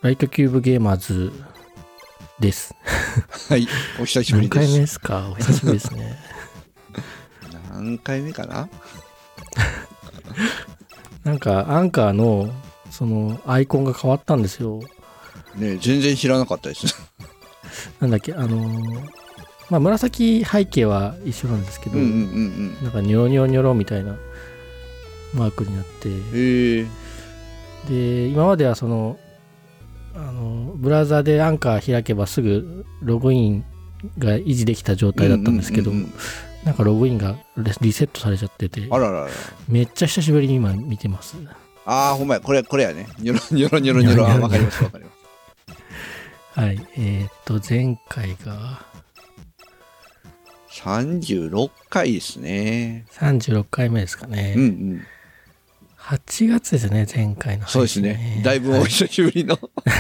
ライトキューブゲーマーズです。 はい、お久しぶりです。 何回目ですか？お久しぶりですね。 何回目かな？ なんかアンカーのそのアイコンが変わったんですよ。 ね、全然知らなかったです。 なんだっけ、まあ紫背景は一緒なんですけど、なんかニョロニョロニョロみたいなマークになって、で今まではそのブラウザでアンカー開けばすぐログインが維持できた状態だったんですけど、なんかログインがリセットされちゃってて、 あららら、 めっちゃ久しぶりに今見てます。 ああ、ほんまや、これやね。ニョロニョロニョロニョロ、あ、わかりますわかります。 はい、前回が 36回ですね。 36回目ですかね。8月ですね、前回の配信ね。そうですね。だいぶお久しぶりの。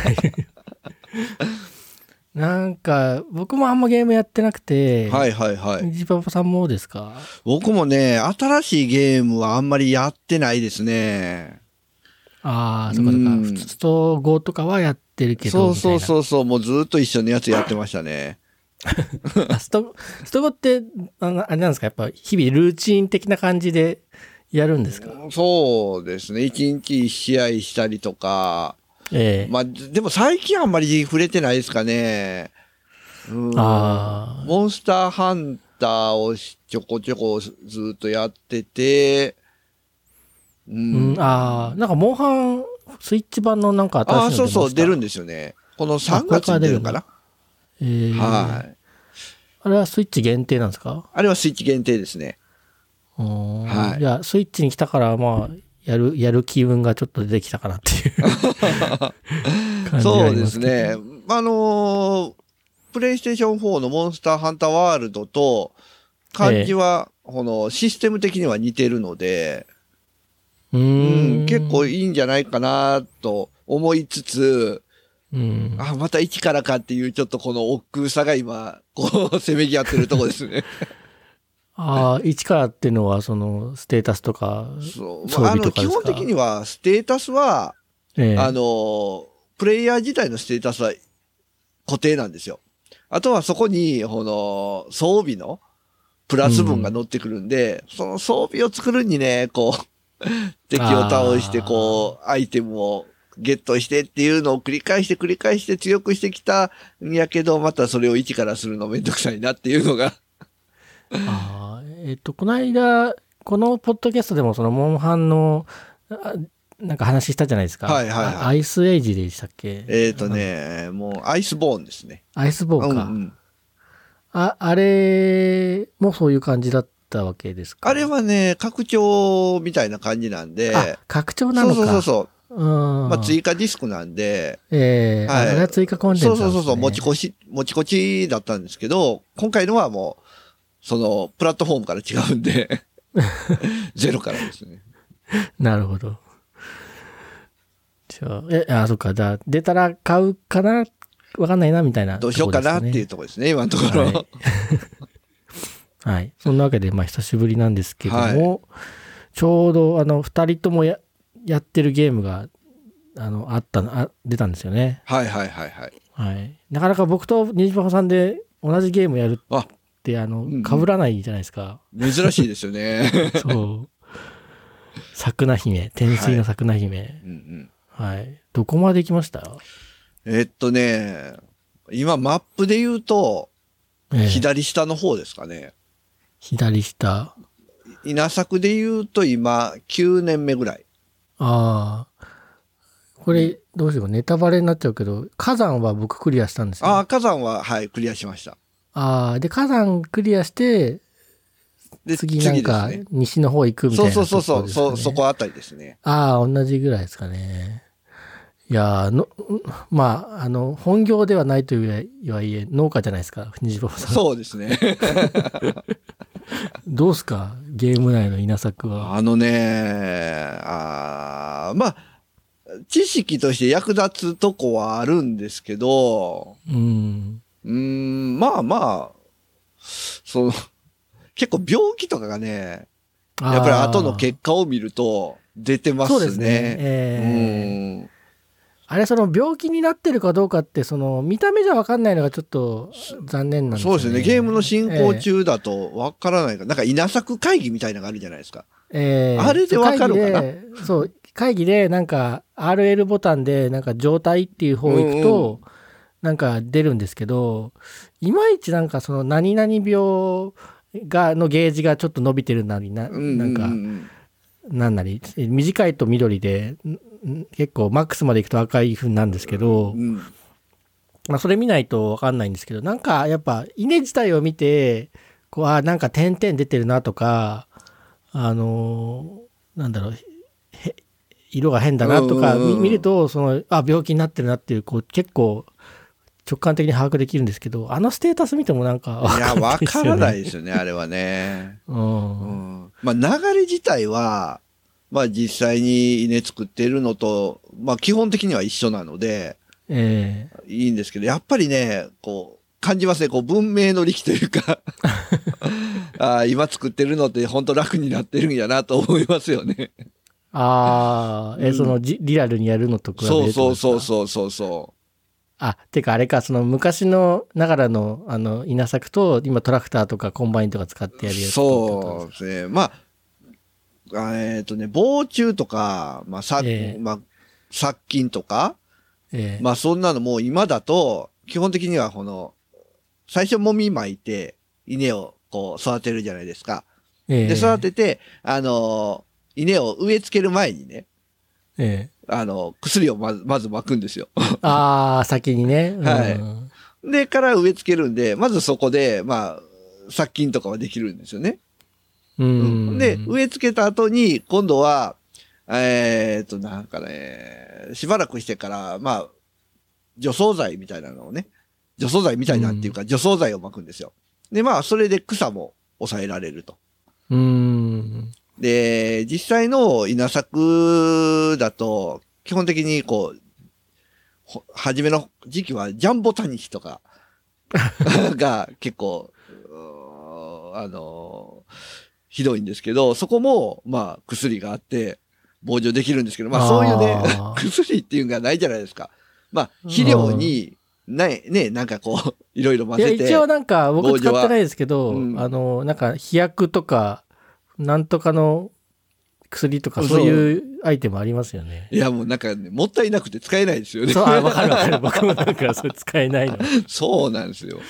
なんか、僕もあんまゲームやってなくて。 はいはいはい。 ニジパパさんもですか？ 僕もね、新しいゲームはあんまりやってないですね。 ああ、そうかそうか。普通と5とかはやってるけど。 そう。もうずっと一緒のやつやってましたね。 スト5って、あれなんですか？やっぱ日々ルーチン的な感じでやるんですか？ そうですね。1日1試合したりとか。まあ、でも最近あんまり触れてないですかね。モンスターハンターをちょこちょこずっとやってて、 なんかモンハンスイッチ版のなんか新しいの出ました。 そう、出るんですよね。この3月に出るかな。はい。 あれはスイッチ限定なんですか？ あれはスイッチ限定ですね。 はい。いや、スイッチに来たから、まあ、やる気分がちょっと出てきたかなっていう感じがありますけど。そうですね。 プレイステーション4のモンスターハンターワールドと感じは、このシステム的には似てるので、結構いいんじゃないかなと思いつつ、また一からかっていうちょっとこの億劫さが今、こう、せめぎ合ってるとこですね。 一からっていうのは、その、ステータスとか、装備とかですか？ 基本的には、ステータスは、プレイヤー自体のステータスは固定なんですよ。あとはそこに、装備のプラス分が乗ってくるんで、その装備を作るにね、こう、敵を倒して、こう、アイテムをゲットしてっていうのを繰り返して強くしてきたんやけど、またそれを一からするのめんどくさいなっていうのが。 この間、このポッドキャストでもそのモンハンの、なんか話したじゃないですか。アイスエイジでしたっけ？ もうアイスボーンですね。 アイスボーンか。あれもそういう感じだったわけですか？ あれはね、拡張みたいな感じなんで。 拡張なのか。 そう。まあ追加ディスクなんで。 あれは追加コンテンツなんですね。 そう、持ち越しだったんですけど、今回のはもう、その、プラットフォームから違うんで、ゼロからですね。 なるほど。そっか。じゃあ、出たら買うかなわかんないな、みたいな、 どうしようかなっていうところですね、今のところ。 はい。そんなわけで、まあ、久しぶりなんですけども、ちょうど、二人ともやってるゲームが、出たんですよね。 はい。 なかなか僕とニジパパさんで同じゲームやるって、被らないじゃないですか。 珍しいですよね。 そう。桜姫、天水の桜姫。はい。どこまで行きました？ 今マップで言うと、左下の方ですかね。 左下。 稲作で言うと今、9年目ぐらい。 これ、どうしよう、ネタバレになっちゃうけど、火山は僕クリアしたんですよ。 火山は、クリアしました。 で、火山クリアして、次なんか、西の方行くみたいな、 そう、そこあたりですね。 同じぐらいですかね。いやまあ、本業ではないとはいえ、農家じゃないですか、ニジパパさん。 そうですね。 どうすか、ゲーム内の稲作は。 まあ、知識として役立つとこはあるんですけど、まあ、結構病気とかがね、やっぱり後の結果を見ると出てますね。 そうですね。 あれその病気になってるかどうかってその見た目じゃ分かんないのがちょっと残念なんですよね。 そうですよね。ゲームの進行中だと分からないから、なんか稲作会議みたいなのがあるじゃないですか。あれで分かるかな。 そう会議でなんか RL ボタンでなんか状態っていう方行くとなんか出るんですけど、いまいちなんかその何々病がのゲージがちょっと伸びてるなりなんかなんなり短いと緑で結構マックスまでいくと赤い風なんですけど、まあそれ見ないと分かんないんですけど、なんかやっぱ稲自体を見てこうなんか点々出てるなとかなんだろう色が変だなとか見るとその病気になってるなっていうこう結構直感的に把握できるんですけど、ステータス見てもなんか分からないですよねあれはね。まあ流れ自体はまあ実際に稲作ってるのとまあ基本的には一緒なので、いいんですけど、やっぱりねこう感じますね、こう文明の利器というか今作ってるのって本当楽になってるんやなと思いますよね。 そのリアルにやるのと比べるとそうてかあれか、その昔のながらの稲作と今トラクターとかコンバインとか使ってやるやつと。 そうですね。まあ防虫とか殺菌とか、まあそんなのもう今だと基本的にはこの最初もみ巻いて稲をこう育てるじゃないですか。で育てて稲を植え付ける前にね、薬をまず巻くんですよ。 先にね。 はい。でから植え付けるんで、まずそこでまあ殺菌とかはできるんですよね。で植え付けた後に今度はなんかねしばらくしてからまあ除草剤みたいなのをね、除草剤みたいなっていうか除草剤を巻くんですよ。でまあそれで草も抑えられると。で実際の稲作だと基本的にこう初めの時期はジャンボタニシとかが結構ひどいんですけど、そこもまあ薬があって防除できるんですけど、まあそういうね薬っていうのがないじゃないですか。まあ肥料にねなんかこういろいろ混ぜて、 一応なんか僕使ってないですけど、なんか飛躍とかなんとかの薬とかそういうアイテムありますよね。 いやもうなんかねもったいなくて使えないですよね。 わかる僕もなんかそれ使えないの。 そうなんですよ。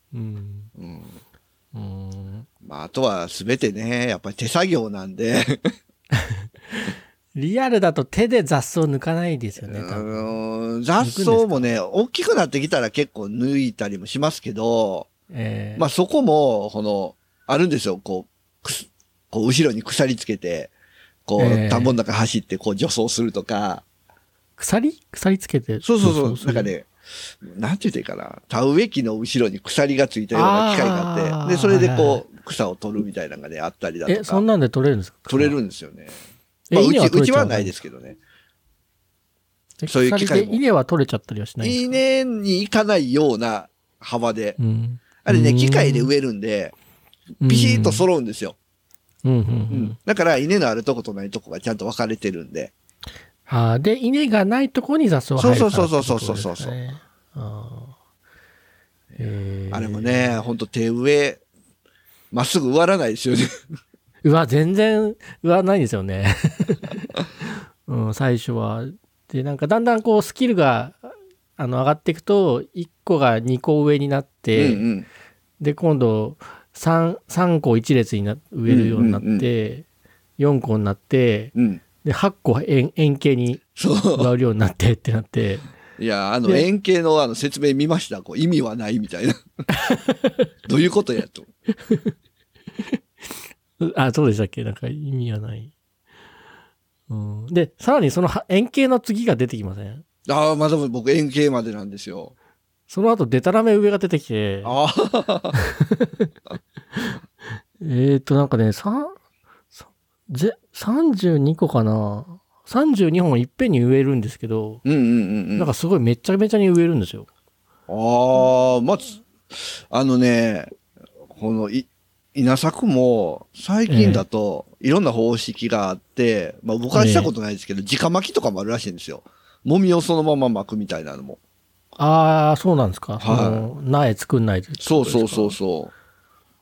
まああとは全てねやっぱり手作業なんでリアルだと手で雑草抜かないですよね。 雑草もね大きくなってきたら結構抜いたりもしますけど、まあそこもあるんですよ、こう後ろに鎖つけてこう田んぼの中走ってこう除草するとか。鎖つけて。そうなんかねなんて言っていいかな、田植え機の後ろに鎖がついたような機械があって、でそれでこう草を取るみたいなのがねあったりだとか。 そんなんで取れるんですか？ 取れるんですよね。まあ、うちはないですけどね。そういう機械も。 稲は取れちゃったりはしないんですか？ 稲に行かないような幅で。あれね、機械で植えるんで、ピシッと揃うんですよ。だから稲のあるとことないとこがちゃんと分かれてるんで。 で、稲がないとこに雑草が入るからってことですね。 そう。あれもね、ほんと手植え、まっすぐ植わらないですよね。 全然植わないんですよね。最初は。で、なんかだんだんこうスキルが上がっていくと、1個が2個上になって、で、今度3個1列に植えるようになって、4個になって、で8個円形に植わるようになってってなって。 いや円形の説明見ました。こう意味はないみたいな。どういうことやと。 そうでしたっけ？なんか意味はない。で、さらにその円形の次が出てきません？ まだ僕円形までなんですよ。 その後デタラメ上が出てきて。なんかね、32個かな。32本いっぺんに植えるんですけど、なんかすごいめちゃめちゃに植えるんですよ。 まず、この稲作も最近だといろんな方式があって、まあ僕はしたことないですけど、直巻きとかもあるらしいんですよ。 もみをそのまま巻くみたいなのも。 ああ、そうなんですか。はい。苗作んないで。 そうそうそうそう。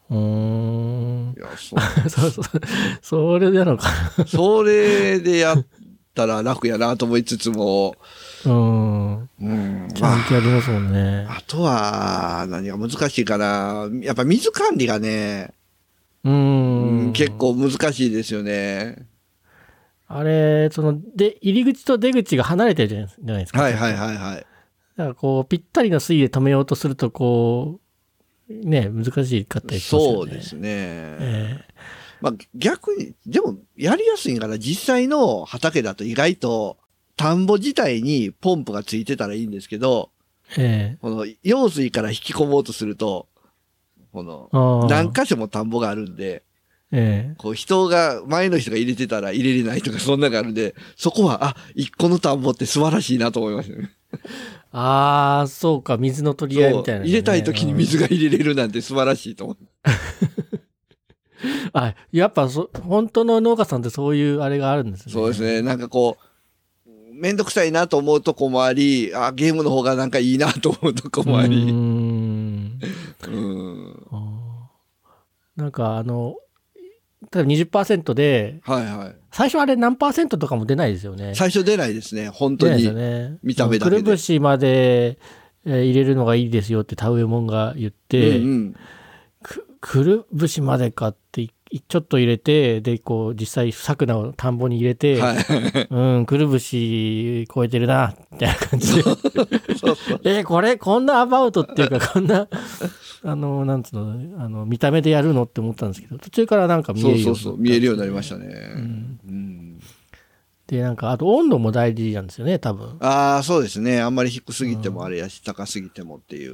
いや、そうそう。それなのかな。 それでやったら楽やなと思いつつも。 ちゃんとやりますもんね。 あとは、何が難しいかな。やっぱ水管理がね、結構難しいですよね。 あれ、入り口と出口が離れてるじゃないですか。 はいはいはいはい。 だからこう、ぴったりの水位で止めようとすると、こう、ね、難しかったりしますよね。 そうですね。まあ逆に、でもやりやすいんかな。実際の畑だと意外と、田んぼ自体にポンプがついてたらいいんですけど、この用水から引き込もうとすると、この何箇所も田んぼがあるんで、こう前の人が入れてたら入れれないとかそんなのがあるんで、そこは、一個の田んぼって素晴らしいなと思いましたね。 ああ、そうか、水の取り合いみたいな、ね。 入れたい時に水が入れれるなんて素晴らしいと思う。 やっぱ本当の農家さんってそういうあれがあるんですね。 そうですね。なんかこう、めんどくさいなと思うとこもあり、ゲームの方がなんかいいなと思うとこもあり。 なんか例えば 20% で、最初あれ何%とかも出ないですよね。 最初出ないですね。本当に。見た目だけで。 くるぶしまで入れるのがいいですよって田植えもんが言って、くるぶしまでかってちょっと入れて、でこう実際作名を田んぼに入れて、くるぶし超えてるなみたいな感じでこんなアバウトっていうかこんななんつうの見た目でやるのって思ったんですけど、途中からなんか見えるようになった、 見えるようになりましたね。 でなんかあと温度も大事なんですよね多分。 そうですね。あんまり低すぎてもあれやし、高すぎてもっていう。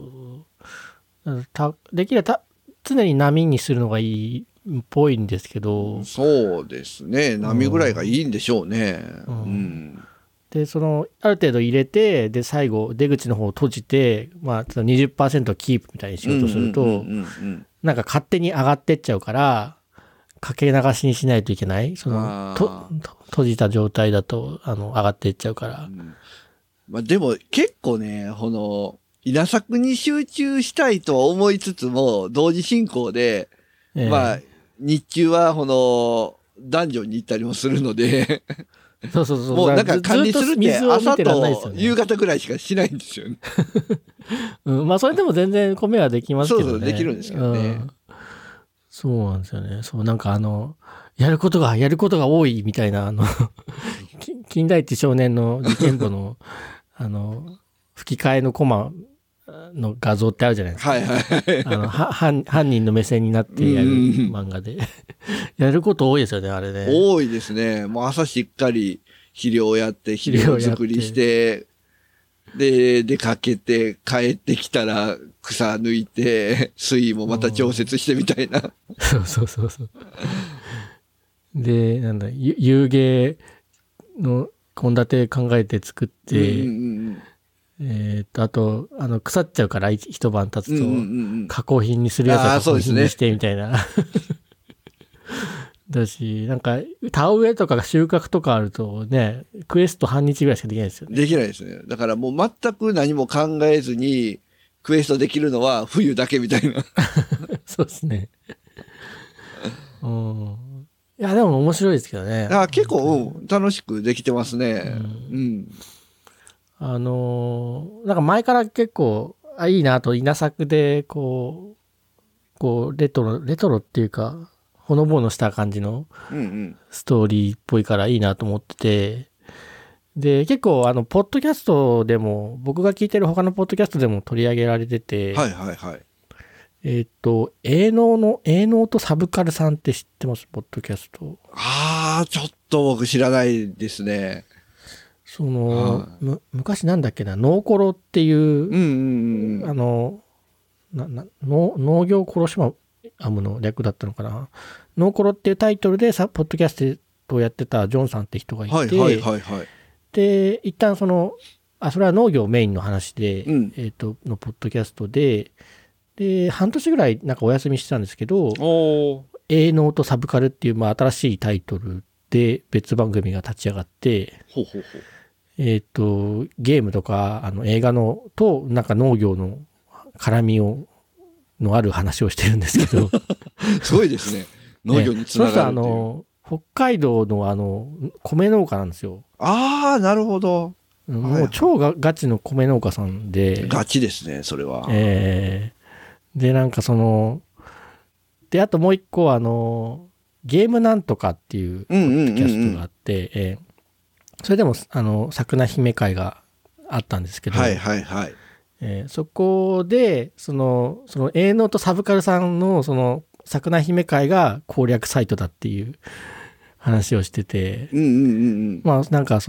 できれば常に波にするのがいいっぽいんですけど。 そうですね。波ぐらいがいいんでしょうね。 である程度入れて、で最後出口の方を閉じて、20% キープみたいにしようとすると、なんか勝手に上がってっちゃうからかけ流しにしないといけない。閉じた状態だと上がっていっちゃうから。 でも結構ね、稲作に集中したいとは思いつつも、同時進行で、日中はダンジョンに行ったりもするので、もうなんか管理するって朝と夕方ぐらいしかしないんですよね。 それでも全然米はできますけどね。 できるんですけどね。 そうなんですよね。なんかやることが多いみたいな、金田一少年の事件簿の、吹き替えのコマの画像ってあるじゃないですか。犯人の目線になってやる漫画で。やること多いですよね、あれね。 多いですね。もう朝しっかり肥料やって、肥料作りして、で、出かけて、帰ってきたら草抜いて、水位もまた調節してみたいな。 そう。で、遊芸の献立考えて作って、あと腐っちゃうから一晩経つと加工品にするやつは加工品にしてみたいな。だしなんか田植えとか収穫とかあるとね、クエスト半日ぐらいしかできないですよね。 できないですね。だからもう全く何も考えずにクエストできるのは冬だけみたいな。 そうですね。いやでも面白いですけどね。 結構、楽しくできてますね。 なんか前から結構いいなと、稲作でこうレトロっていうかほのぼのした感じのストーリーっぽいからいいなと思ってて、で結構ポッドキャストでも、僕が聞いてる他のポッドキャストでも取り上げられてて、営農とサブカルさんって知ってます？ポッドキャスト。 ちょっと僕知らないですね。 昔なんだっけな、ノーコロっていう、農業コロシアムの略だったのかな。ノーコロっていうタイトルでポッドキャストをやってたジョンさんって人がいて、で一旦それは農業メインの話で、のポッドキャストで半年ぐらいなんかお休みしてたんですけど、営農とサブカルっていう新しいタイトルで別番組が立ち上がって、 ゲームとか映画のとなんか農業の絡みのある話をしてるんですけどすごいですね。農業につながるっていう。 そう北海道の米農家なんですよ。 ああ、なるほど。 もう超ガチの米農家さんで。 ガチですね、それは。 で、なんかで、あともう一個ゲームなんとかっていうポッドキャストがあって、それでも桜姫会があったんですけど、 はいはいはい。 そこでその営農とサブカルさんの桜姫会が攻略サイトだっていう話をしてて、まあなんか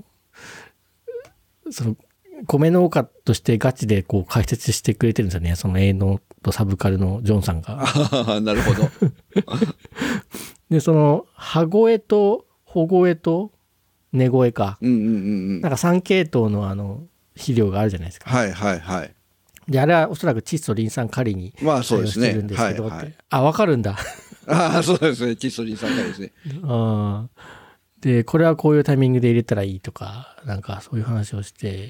米農家としてガチでこう解説してくれてるんですよね、その営農とサブカルのジョンさんが。 なるほど。 で羽声と保声と寝声か、なんか3系統の肥料があるじゃないですか。 はいはいはい。 であれはおそらく窒素リン酸カリに対応してるんですけど、あ、分かるんだ。 ああ、そうですね。窒素リン酸カリですね。 でこれはこういうタイミングで入れたらいいとか、なんかそういう話をして、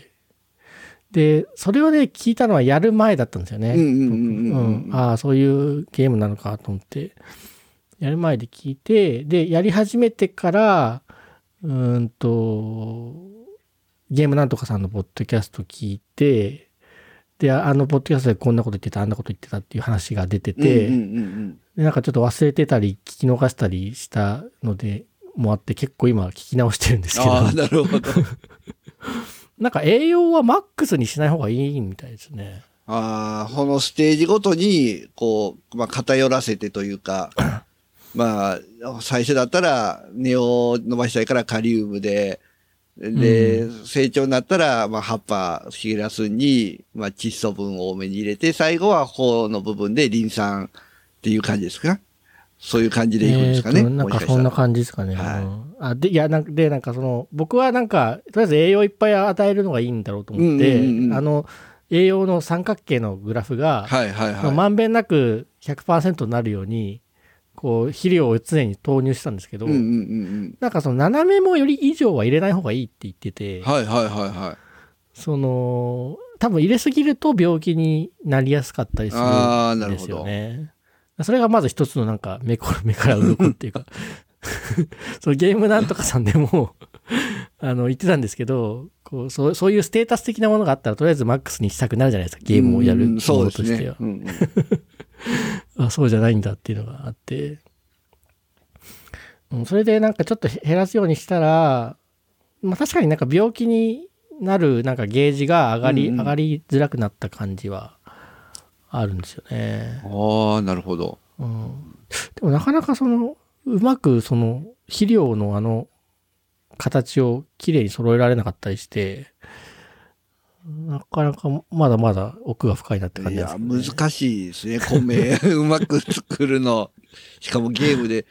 でそれをね聞いたのはやる前だったんですよね。ああ、そういうゲームなのかと思ってやる前で聞いて、でやり始めてからゲームなんとかさんのポッドキャスト聞いて、でポッドキャストでこんなこと言ってた、あんなこと言ってたっていう話が出てて、でなんかちょっと忘れてたり聞き逃したりしたのでもあって、結構今聞き直してるんですけど。 ああ、なるほど。 なんか栄養はマックスにしない方がいいみたいですね。 ああ、このステージごとにこう、偏らせてというかまあ最初だったら根を伸ばしたいからカリウムで、成長になったら、葉っぱ、ヒゲラスに、窒素分を多めに入れて、最後は穂の部分でリン酸っていう感じですか？そういう感じでいくんですかね。 なんかそんな感じですかね。なんか僕はなんか、とりあえず栄養いっぱい与えるのがいいんだろうと思って、栄養の三角形のグラフが、まんべんなく 100% になるように、こう肥料を常に投入してたんですけど、なんか斜めもより以上は入れない方がいいって言ってて、多分入れすぎると病気になりやすかったりするんですよね。それがまず一つのなんか目から鱗っていうかゲームなんとかさんでも言ってたんですけど、そういうステータス的なものがあったらとりあえずマックスにしたくなるじゃないですか、ゲームをやるものとしては。そうじゃないんだっていうのがあって、それでなんかちょっと減らすようにしたら、確かになんか病気になるなんかゲージが上がりづらくなった感じはあるんですよね。 ああ、なるほど。 でもなかなかうまく肥料の形をきれいに揃えられなかったりして、なかなかまだまだ奥が深いなって感じですね。 いや、難しいですね、米うまく作るの。しかもゲームで。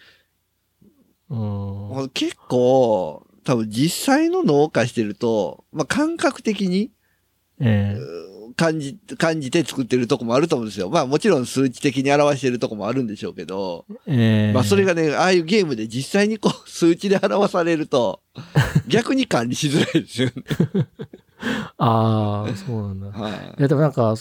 結構、多分実際の農家してると、感覚的に、感じて作ってるとこもあると思うんですよ。もちろん数値的に表してるとこもあるんでしょうけど、それがね、ああいうゲームで実際にこう数値で表されると、逆に管理しづらいですよね。 ああ、そうなんだ。いやでもなんか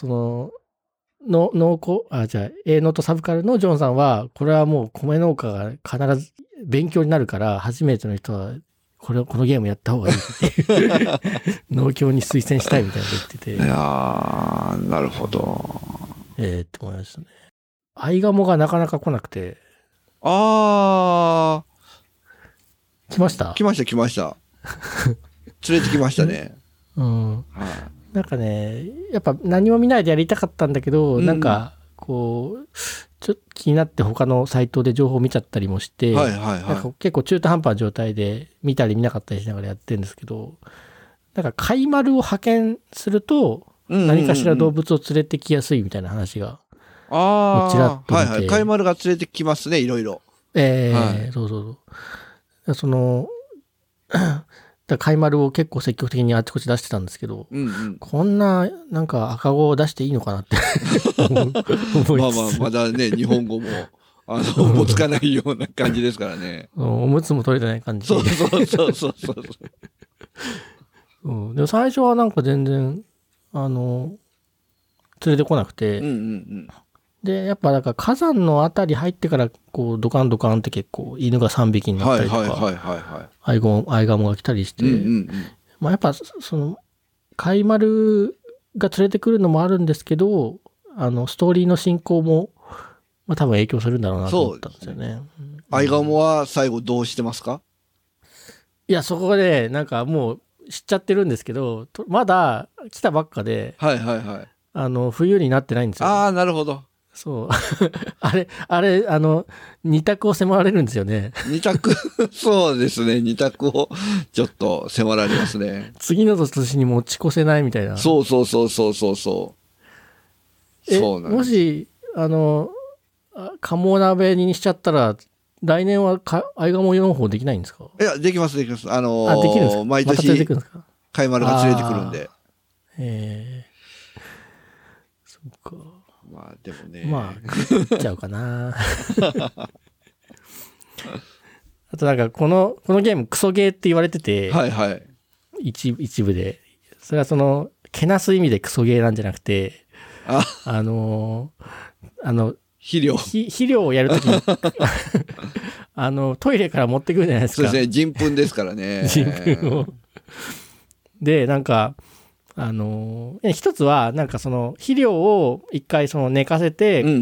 営農とサブカルのジョンさんは、これはもう米農家が必ず勉強になるから、初めての人はこのゲームやった方がいいっていう農協に推薦したいみたいなこと言ってて。いやー、なるほど。 って思いましたね。アイガモがなかなか来なくて。 来ました。 来ました。連れてきましたね。 なんかね、やっぱ何も見ないでやりたかったんだけど、なんかこうちょっと気になって他のサイトで情報を見ちゃったりもして、なんか結構中途半端な状態で見たり見なかったりしながらやってるんですけど、なんか貝丸を派遣すると何かしら動物を連れてきやすいみたいな話がちらっと見て、 貝丸が連れてきますね、いろいろ。 そう貝丸を結構積極的にあちこち出してたんですけど、こんななんか赤子を出していいのかなって思いつつまだね、日本語ももつかないような感じですからね。 おむつも取れてない感じ。 そううん、でも最初はなんか全然連れてこなくて、 うんうんうん、 でやっぱだから火山のあたり入ってからこうドカンドカンって結構犬が3匹になったりとかアイガモが来たりして、うんうんうん、まあ、やっぱそのカイマルが連れてくるのもあるんですけどストーリーの進行も、まあ、多分影響するんだろうなと思ったんですよね。 アイガモは最後どうしてますか？ いやそこでなんかもう知っちゃってるんですけどまだ来たばっかで、 はいはいはい、 冬になってないんですよ。 ああなるほど。 そうあれ2択を迫られるんですよね。 2択そうですね、2択をちょっと迫られますね。 次の年に持ち越せないみたいな。 そうそうもし鴨鍋にしちゃったら来年はアイガモ4本できないんですか？ いやできますできます。 できるんですか？ 毎年、 またカイマルが連れてくるんで。 そっか。 まあでもね。 まあ食っちゃうかな。あとなんかこのゲームクソゲーって言われてて、 はいはい。 一部でそれはそのけなす意味でクソゲーなんじゃなくて、肥料をやるときにトイレから持ってくるじゃないですか。 そうですね、人糞ですからね。 人糞を。でなんか一つはなんかその肥料を一回その寝かせて、うん、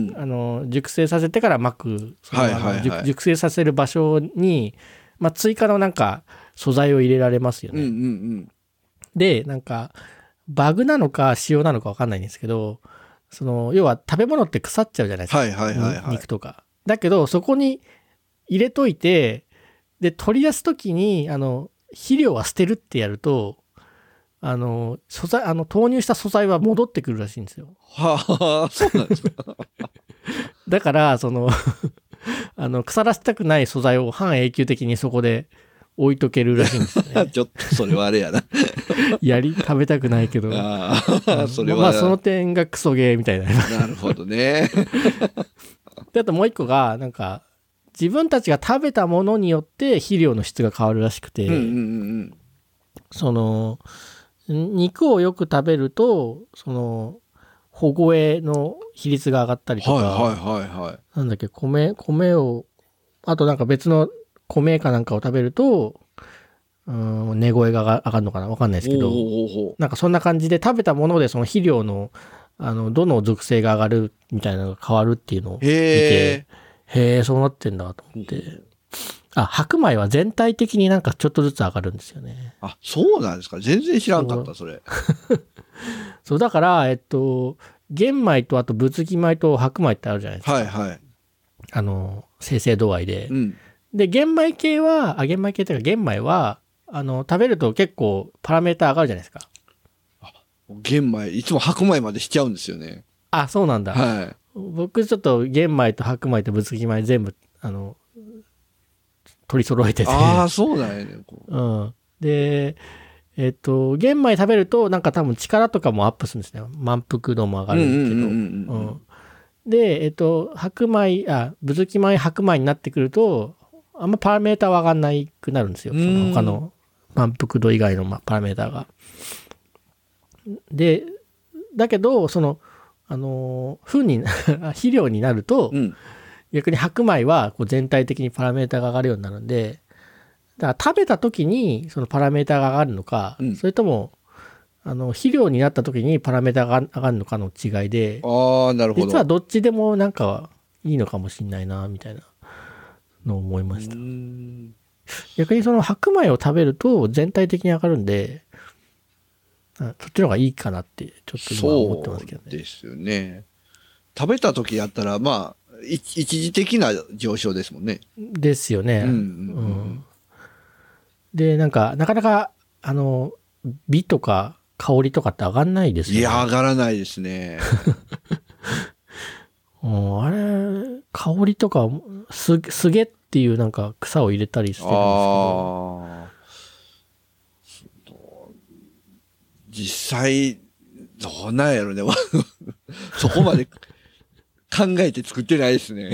熟成させてからまく、熟成させる場所に、まあ、追加のなんか素材を入れられますよね。 うんうんうん、 でなんかバグなのか仕様なのか分かんないんですけど、その要は食べ物って腐っちゃうじゃないですか、肉とか。だけどそこに入れといてで取り出す時に肥料は捨てるってやると素材投入した素材は戻ってくるらしいんですよ。 はあ、そうなんですか。 だからその腐らせたくない素材を半永久的にそこで置いとけるらしいんですよね。 ちょっとそれはあれやな。 食べたくないけど。 それはまあその点がクソゲーみたいな。 なるほどね。 であともう一個がなんか自分たちが食べたものによって肥料の質が変わるらしくて、その肉をよく食べるとその保護栄の比率が上がったりとか、なんだっけ米をあとなんか別の米かなんかを食べると寝声が上がるのかな分かんないですけど、なんかそんな感じで食べたものでその肥料のどの属性が上がるみたいなのが変わるっていうのを見て、へえそうなってんだと思って。白米は全体的になんかちょっとずつ上がるんですよね。 あ、そうなんですか。全然知らんかった、それ。 そう、だから、玄米とあとぶつき米と白米ってあるじゃないですか。 はいはい。 生成度合いで。うん、で、玄米系っていうか玄米は、食べると結構パラメーター上がるじゃないですか。 玄米、いつも白米までしちゃうんですよね。 あ、そうなんだ。はい。僕ちょっと玄米と白米とぶつき米全部、取り揃えてて。 ああ、そうなんやね。 うん。で、玄米食べるとなんか多分力とかもアップするんですね。満腹度も上がるけど。で、白米、ぶつき米白米になってくると、あんまパラメーターは上がんないくなるんですよ。その他の満腹度以外のパラメーターが。で、だけど、その、肥料になると、逆に白米はこう全体的にパラメータが上がるようになるんで、だから食べた時にそのパラメータが上がるのか、それとも肥料になった時にパラメータが上がるのかの違いで、 なるほど。 実はどっちでもなんかいいのかもしれないなみたいなのを思いました。逆にその白米を食べると全体的に上がるんで、そっちの方がいいかなってちょっと今思ってますけどね。 そうですよね。食べた時やったらまあ一時的な上昇ですもんね。 ですよね。でなんかなかなか美とか香りとかって上がんないですよね。 いや上がらないですね。 あれ香りとかすげっていうなんか草を入れたりしてるんですけど、 実際どうなんやろね。そこまで考えて作ってないですね。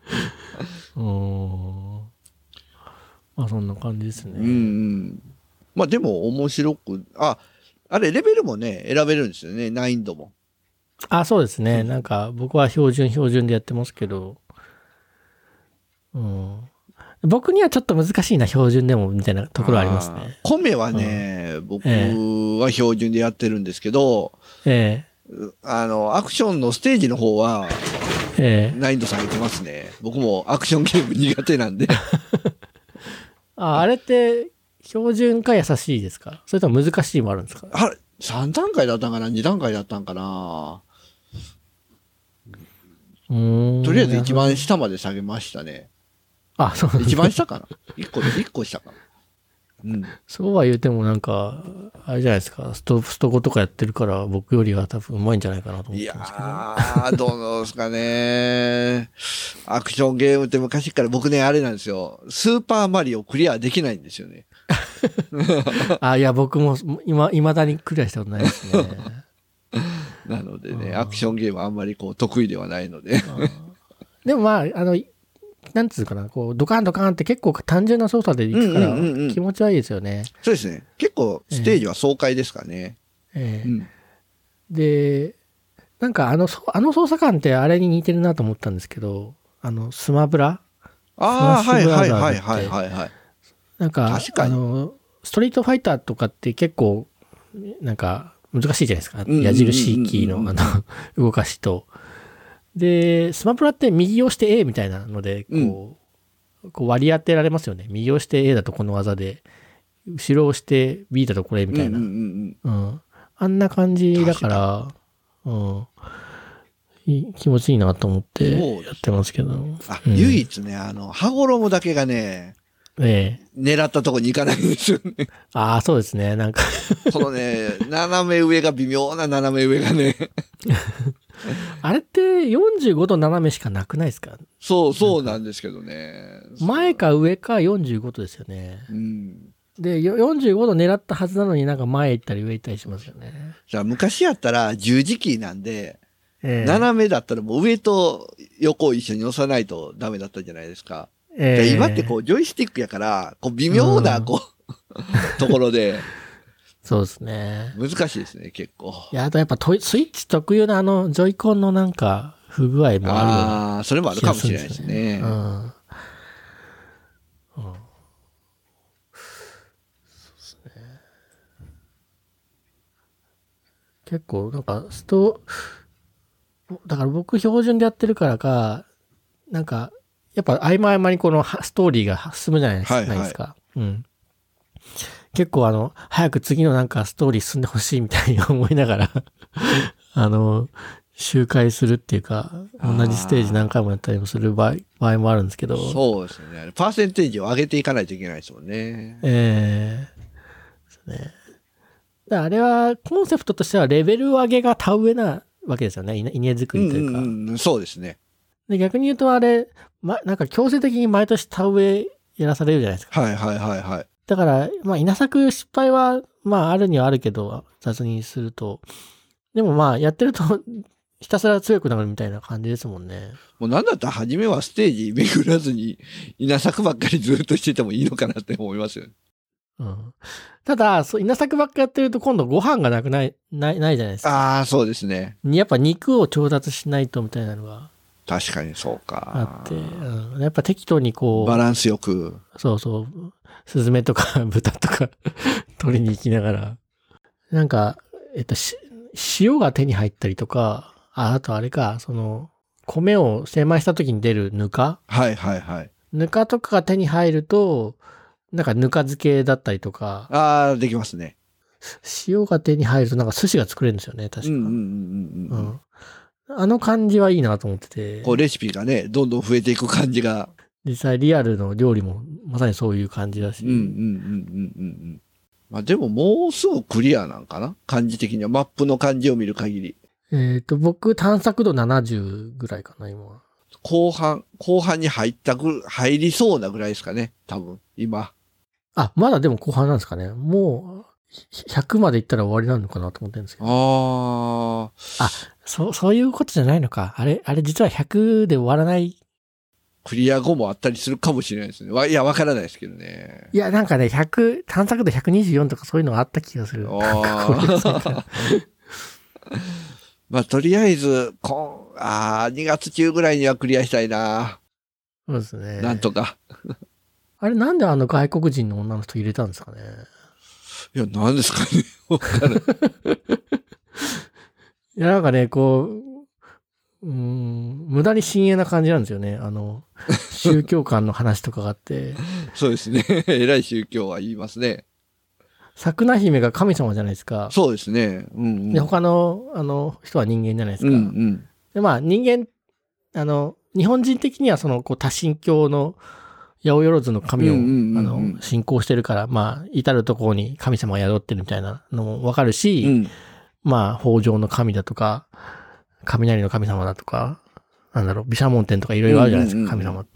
まあそんな感じですね。 まあでも面白く、あれレベルもね、選べるんですよね、難易度も。 あ、そうですね。なんか僕は標準でやってますけど、うん。僕にはちょっと難しいな、標準でも、みたいなところありますね。 米はね、僕は標準でやってるんですけど、アクションのステージの方は、難易度下げてますね。僕もアクションゲーム苦手なんで。 あれって、標準か優しいですか？それとも難しいもあるんですか？ あれ、3段階だったんかな ?2 段階だったんかな？とりあえず一番下まで下げましたね。 あ、そうなんですね。 一番下かな？ 1 個下かな。 うん。そうは言うてもなんか、あれじゃないですか、スト5とかやってるから僕よりは多分うまいんじゃないかなと思ってますけど。いやー、どうですかね。アクションゲームって昔から僕ね、あれなんですよ。スーパーマリオクリアできないんですよね。 いや、僕も未だにクリアしたことないですね。 なのでね、アクションゲームあんまりこう得意ではないので。 でもまあ、なんつうかな、こう、ドカンドカンって結構単純な操作でいくから、気持ちはいいですよね。 そうですね。結構、ステージは爽快ですからね。 で、なんかあの操作感ってあれに似てるなと思ったんですけど、スマブラ？ はいはいはいはいはい。 なんか、ストリートファイターとかって結構、なんか、難しいじゃないですか。矢印キーの動かしと。で、スマブラって右押して A みたいなので、こう割り当てられますよね。右押して A だとこの技で、後ろ押して B だとこれみたいな。あんな感じだから、気持ちいいなと思ってやってますけど。 唯一ね、羽衣だけがね、狙ったとこに行かないんですよね。 ああ、そうですね。なんかこのね、斜め上が微妙な斜め上がね。 あれって45度斜めしかなくないですか？ そうなんですけどね。 前か上か45度ですよね。で、45度狙ったはずなのになんか前行ったり上行ったりしますよね。 じゃあ昔やったら十字キーなんで、斜めだったらもう上と横を一緒に押さないとダメだったじゃないですか。今ってこうジョイスティックやから、こう微妙なこう、ところで。 そうですね。 難しいですね、結構。 いや、あとやっぱスイッチ特有のジョイコンのなんか不具合もある。 それもあるかもしれないですね。 そうですね。結構なんかだから僕標準でやってるからか、なんか、やっぱ合間合間にこのストーリーが進むじゃないですか。結構早く次のなんかストーリー進んでほしいみたいに思いながら周回するっていうか、同じステージ何回もやったりもする場合もあるんですけど。 そうですね。パーセンテージを上げていかないといけないですもんね。 ですね。あれは、コンセプトとしてはレベル上げが田植えなわけですよね。稲作りというか。そうですね。 で、逆に言うとあれ、なんか強制的に毎年田植えやらされるじゃないですか。 はい。 だから、稲作失敗は、あるにはあるけど、雑にすると。でもやってると、ひたすら強くなるみたいな感じですもんね。 もうなんだったら初めはステージ巡らずに、稲作ばっかりずっとしててもいいのかなって思いますよね。 ただ、稲作ばっかやってると今度ご飯がないじゃないですか。 そうですね。 やっぱ肉を調達しないとみたいなのが。 確かにそうか。 あって、やっぱ適当にこう。 バランスよく。 そう。スズメとか豚とか取りに行きながら。なんか、塩が手に入ったりとか、あとあれか、米を精米した時に出るぬか？ぬかとかが手に入ると、なんかぬか漬けだったりとか。 できますね。 塩が手に入るとなんか寿司が作れるんですよね、確か。あの感じはいいなと思ってて。 こうレシピがね、どんどん増えていく感じが。 実際リアルの料理もまさにそういう感じだし。 でももうすぐクリアなんかな？感じ的には。マップの感じを見る限り。 僕探索度70ぐらいかな、今。 後半に入りそうなぐらいですかね、多分、今。 まだでも後半なんですかね。もう、100まで行ったら終わりなのかなと思ってるんですけど。そういうことじゃないのか。あれ実は100で終わらない。 クリア後もあったりするかもしれないですね。いや、わからないですけどね。 いや、なんかね、探索度124とかそういうのがあった気がする。 まあ、とりあえず、2月中ぐらいにはクリアしたいな。 そうですね。 なんとか。 あれ、なんで外国人の女の人入れたんですかね。 いや、なんですかね。わかる。 いや、なんかね、無駄に深遠な感じなんですよね。宗教観の話とかがあって。 そうですね。偉い宗教は言いますね。 桜姫が神様じゃないですか。 そうですね。うんうん、 で、他の、人は人間じゃないですか。 うんうん、 で、まあ、人間、日本人的には多神教の八百万の神を、信仰してるから、まあ、至るところに神様が宿ってるみたいなのもわかるし、まあ、豊穣の神だとか、雷の神様だとか、毘沙門天とかいろいろあるじゃないですか、神様って。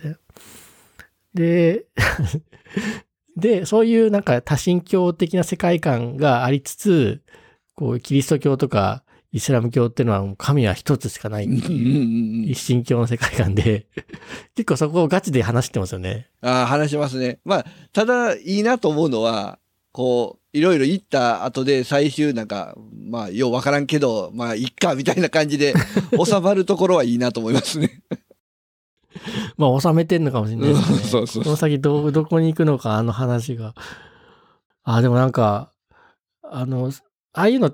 で、そういうなんか多神教的な世界観がありつつ、キリスト教とかイスラム教っていうのは神は一つしかないっていう、一神教の世界観で、結構そこをガチで話してますよね。 話しますね。まあ、ただいいなと思うのは、いろいろ言った後で最終なんか、まあ、ようわからんけど、まあ、いっか、みたいな感じで収まるところはいいなと思いますね。 まあ、収めてんのかもしれないですね。 そうそう。 この先どこに行くのか、話が。でもなんか、ああいうのって、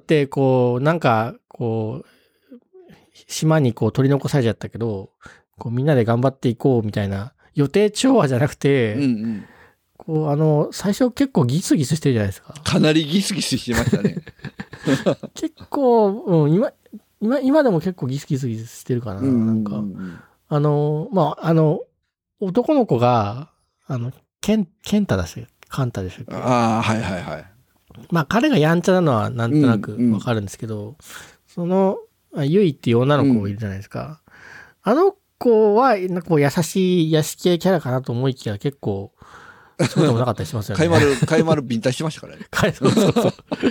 島に取り残されちゃったけど、みんなで頑張っていこうみたいな、予定調和じゃなくて、最初結構ギスギスしてるじゃないですか。 かなりギスギスしてましたね。 結構、今でも結構ギスギスしてるかな。なんか、まあ、男の子が、ケンタだし、カンタでしたっけ。 はいはいはい。 まあ、彼がやんちゃなのはなんとなくわかるんですけど、ユイっていう女の子いるじゃないですか。あの子は、優しい癒し系キャラかなと思いきや結構、そうでもなかったりしますよね。 かいまるビンタしてましたからね。 そう。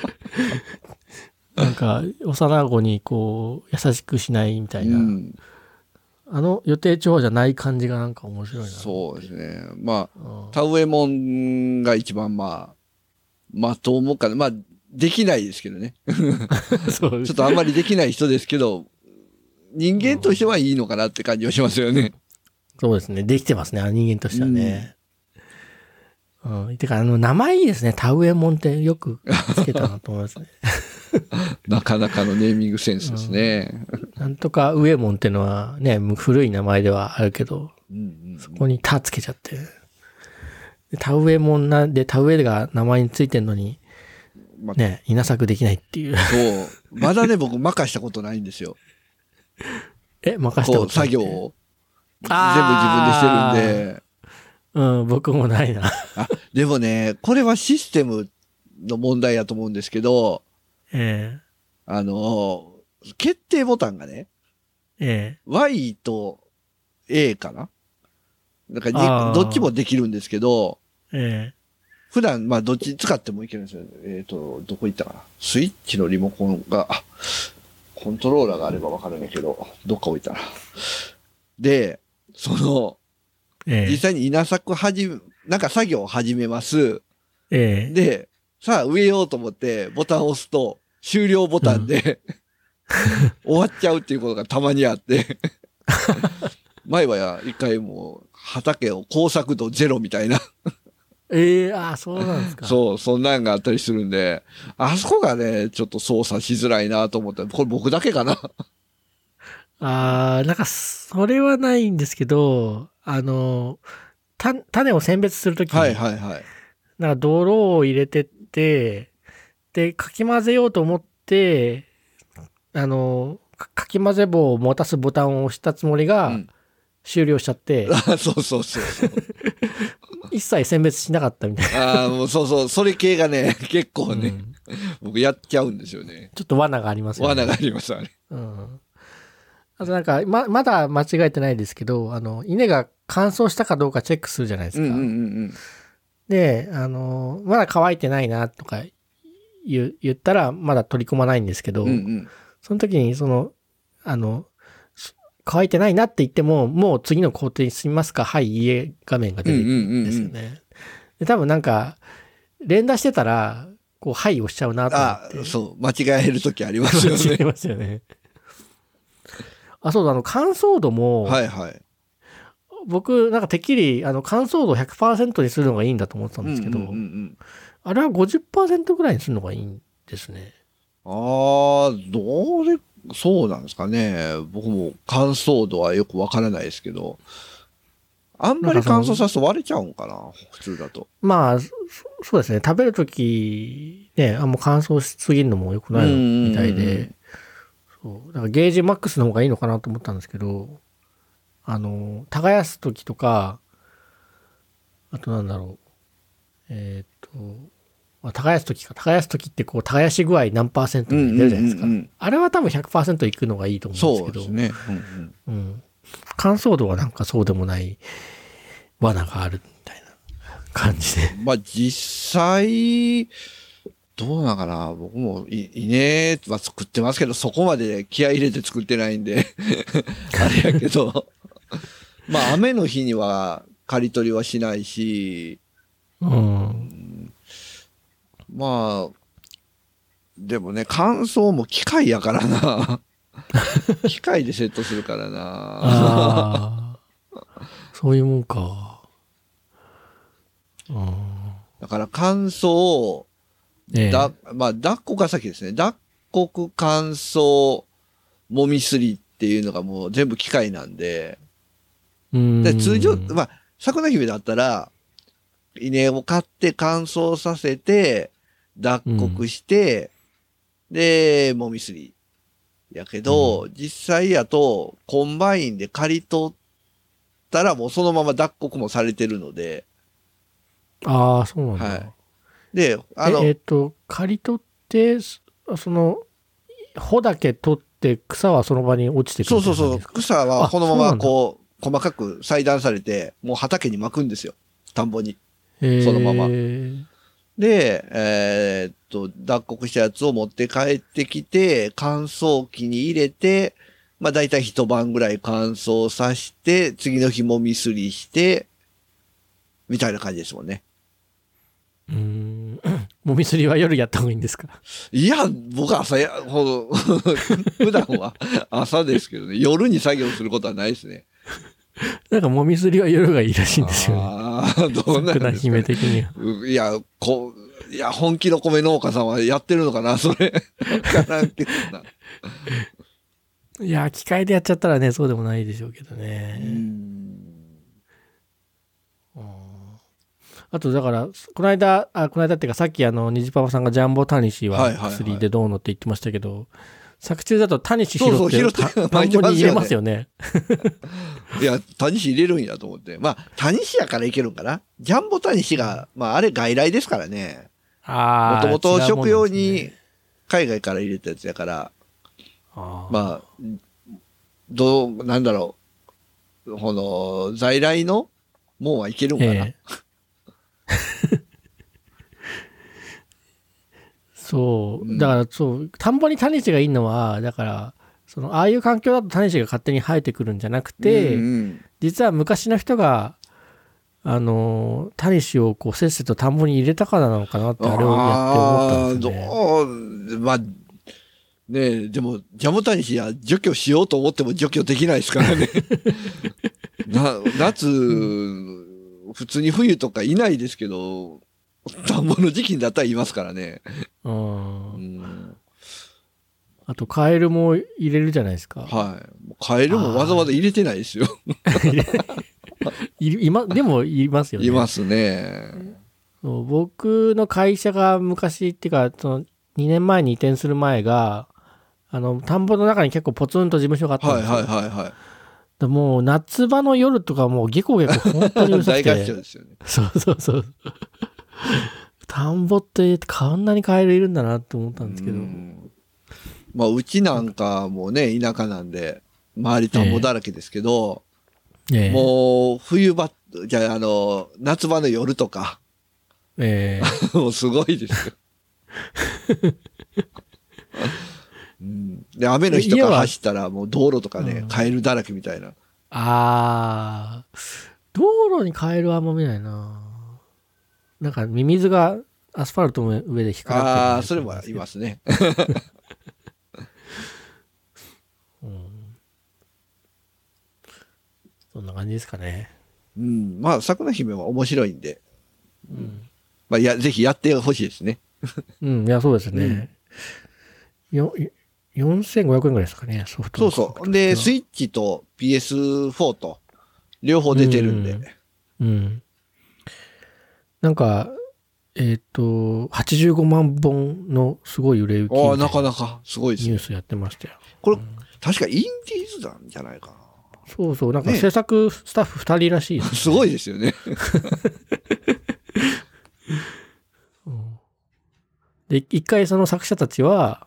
なんか、幼子に優しくしないみたいな。予定調和じゃない感じがなんか面白いな。 そうですね。まあ、田植えもんが一番と思うかな。まあ、できないですけどね。ちょっとあんまりできない人ですけど、人間としてはいいのかなって感じはしますよね。 そうですね。できてますね。人間としてはね。てか、名前いいですね。田植えもんってよくつけたなと思いますね。 なかなかのネーミングセンスですね。 なんとか植えもんってのはね、古い名前ではあるけど、そこに田つけちゃって。田植えもんなんで、田植えが名前についてんのに、ね、稲作できないっていう。 そう。まだね、僕任したことないんですよ。 任したこと作業を。全部自分でしてるんで。 僕もないな。 でもね、これはシステムの問題やと思うんですけど、決定ボタンがね、Y と A かななんかどっちもできるんですけど、普段、まあ、どっち使ってもいけるんですよ。どこ行ったかなスイッチのリモコンが、コントローラーがあればわかるんだけど、どっか置いたら。で、実際に稲作なんか作業を始めます。で、さあ植えようと思ってボタンを押すと、終了ボタンで、終わっちゃうっていうことがたまにあって、前は一回もう畑を耕作度ゼロみたいな。 そうなんですか。 そう、そんなんがあったりするんで、あそこがね、ちょっと操作しづらいなと思った。これ僕だけかな。 なんか、それはないんですけど、種を選別するときに、なんか泥を入れてって、で、かき混ぜようと思って、かき混ぜ棒を持たすボタンを押したつもりが、終了しちゃって。 そう。 一切選別しなかったみたいな。もうそう、それ系がね、結構ね、僕やっちゃうんですよね。 ちょっと罠がありますよね。 罠があります、あれ。 あとなんか、まだ間違えてないですけど、稲が乾燥したかどうかチェックするじゃないですか。で、まだ乾いてないなとか言ったら、まだ取り込まないんですけど、その時に、 乾いてないなって言っても、もう次の工程に進みますか、はい、家画面が出てくるんですよね。で多分なんか、連打してたら、こう、はい押しちゃうなと思って。 そう、間違えるときありますよね。 間違えますよね。そうだ、乾燥度も、 はいはい。 僕、なんかてっきり、乾燥度 100% にするのがいいんだと思ってたんですけど、あれは 50% ぐらいにするのがいいんですね。 どれ、そうなんですかね。僕も乾燥度はよくわからないですけど、あんまり乾燥さすと割れちゃうんかな、普通だと。 まあ、そうですね。食べるとき、ね、もう乾燥しすぎるのも良くないみたいで、そう。だからゲージマックスの方がいいのかなと思ったんですけど、耕すときとか、あとなんだろう。耕すときか。耕すときってこう、耕し具合何%で出るじゃないですか。あれは多分 100% いくのがいいと思うんですけど。 そうですね。 乾燥度はなんかそうでもない罠があるみたいな感じで。 まあ実際、どうなんかな、僕も稲は作ってますけど、そこまで気合い入れて作ってないんで、あれやけど、まあ雨の日には刈り取りはしないし、まあ、でもね、乾燥も機械やからな。機械でセットするからな。 そういうもんか。 だから乾燥、まあ、脱穀が先ですね。脱穀乾燥、もみすりっていうのがもう全部機械なんで、で通常、まあ、桜姫だったら、稲を買って乾燥させて、脱穀して、で、もみすり。やけど、実際やと、コンバインで刈り取ったらもうそのまま脱穀もされてるので。 ああ、そうなんだ。はい。 で、 刈り取って、穂だけ取って草はその場に落ちてくるんですか？ そう。草はこのままこう、細かく裁断されて、もう畑に巻くんですよ。田んぼに。そのまま。で、脱穀したやつを持って帰ってきて、乾燥機に入れて、まあ大体一晩ぐらい乾燥させて、次の日もみすりして、みたいな感じですもんね。 もみすりは夜やった方がいいんですか？ いや、僕は朝普段は朝ですけどね、夜に作業することはないですね。 なんかもみすりは夜がいいらしいんですよね。 ああ、どうなんですかね。 姫的には。 いや、本気の米農家さんはやってるのかな、それ。わからんけどな。 いや、機械でやっちゃったらね、そうでもないでしょうけどね。あと、だから、この間っていうか、さっき虹パパさんがジャンボタニシは薬でどうのって言ってましたけど、作中だとタニシ拾って田んぼに入れますよね。 いや、タニシ入れるんやと思って。まあ、タニシやからいけるんかな。ジャンボタニシが、まあ、あれ外来ですからね。もともと食用に海外から入れたやつやから、まあ、なんだろう、在来のもんはいけるんかな。 そう。だからそう、田んぼにタニシがいいのは、だから、ああいう環境だとタニシが勝手に生えてくるんじゃなくて、実は昔の人が、タニシをこうせっせと田んぼに入れたからなのかなって、あれをやって思ったんですよね。 まあ、ねえ、でも、ジャムタニシは除去しようと思っても除去できないですからね。夏、普通に冬とかいないですけど、田んぼの時期になったらいますからね。 あと、カエルも入れるじゃないですか。 はい。カエルもわざわざ入れてないですよ。 でも、いますよね。 いますね。 僕の会社が昔っていうか、2年前に移転する前が、田んぼの中に結構ポツンと事務所があったんですよ。はい。もう夏場の夜とかもうゲコゲコ本当にうるさくて。 大合唱ですよね。 そう。田んぼってこんなにカエルいるんだなって思ったんですけど。 まあうちなんかもね、田舎なんで、周り田んぼだらけですけど、もう夏場の夜とか、もうすごいですよ。 で、雨の日とか走ったらもう道路とかね、カエルだらけみたいな。 道路にカエルはあんま見ないな。なんかミミズがアスファルトの上で引っかかってる。 それもいますね。 そんな感じですかね。 まあ、桜姫は面白いんで。まあ、ぜひやってほしいですね。 いや、そうですね。4500円ぐらいですかね、ソフト。 そう。で、スイッチと PS4 と、両方出てるんで。 なんか、85万本のすごい売れ行き。 なかなかすごいですね。 ニュースやってましたよ。 これ、確かインディーズなんじゃないかな。 そう、なんか制作スタッフ2人らしいです、ね。 すごいですよね。 で、一回その作者たちは、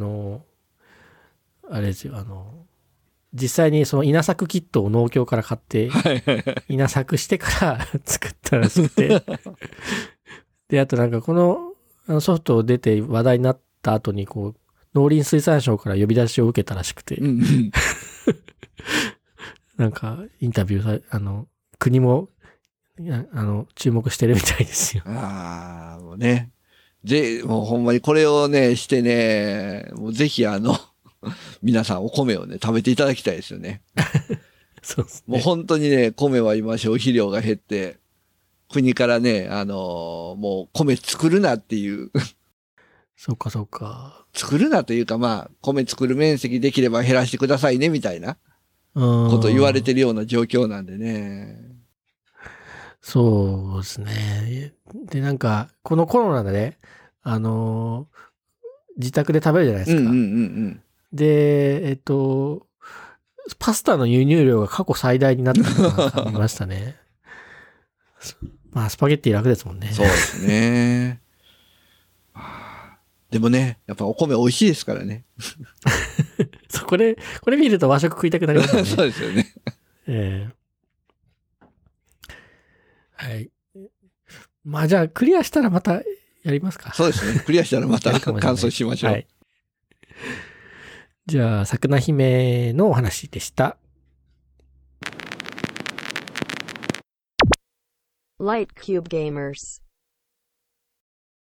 あれですよ、実際にその稲作キットを農協から買って、稲作してから作ったらしくて。で、あとなんかこのソフトを出て話題になった後に、こう、農林水産省から呼び出しを受けたらしくて。なんか、インタビュー国も、注目してるみたいですよ。 もうね。もうほんまにこれをね、してね、もうぜひ皆さんお米をね、食べていただきたいですよね。 そうですね。 もう本当にね、米は今消費量が減って、国からね、もう米作るなっていう。 そうか。 作るなというか、まあ、米作る面積できれば減らしてくださいね、みたいなこと言われてるような状況なんでね。 そうですね。で、なんか、このコロナでね、自宅で食べるじゃないですか。で、パスタの輸入量が過去最大になったのが見ましたね。まあ、スパゲッティ楽ですもんね。 そうですね。でもね、やっぱお米美味しいですからね。 これ見ると和食食いたくなりますね。 そうですよね。 はい。まあじゃあクリアしたらまたやりますか。 そうですね。クリアしたらまた感想しましょう。はい。 じゃあ、桜姫のお話でした。 Light Cube Gamers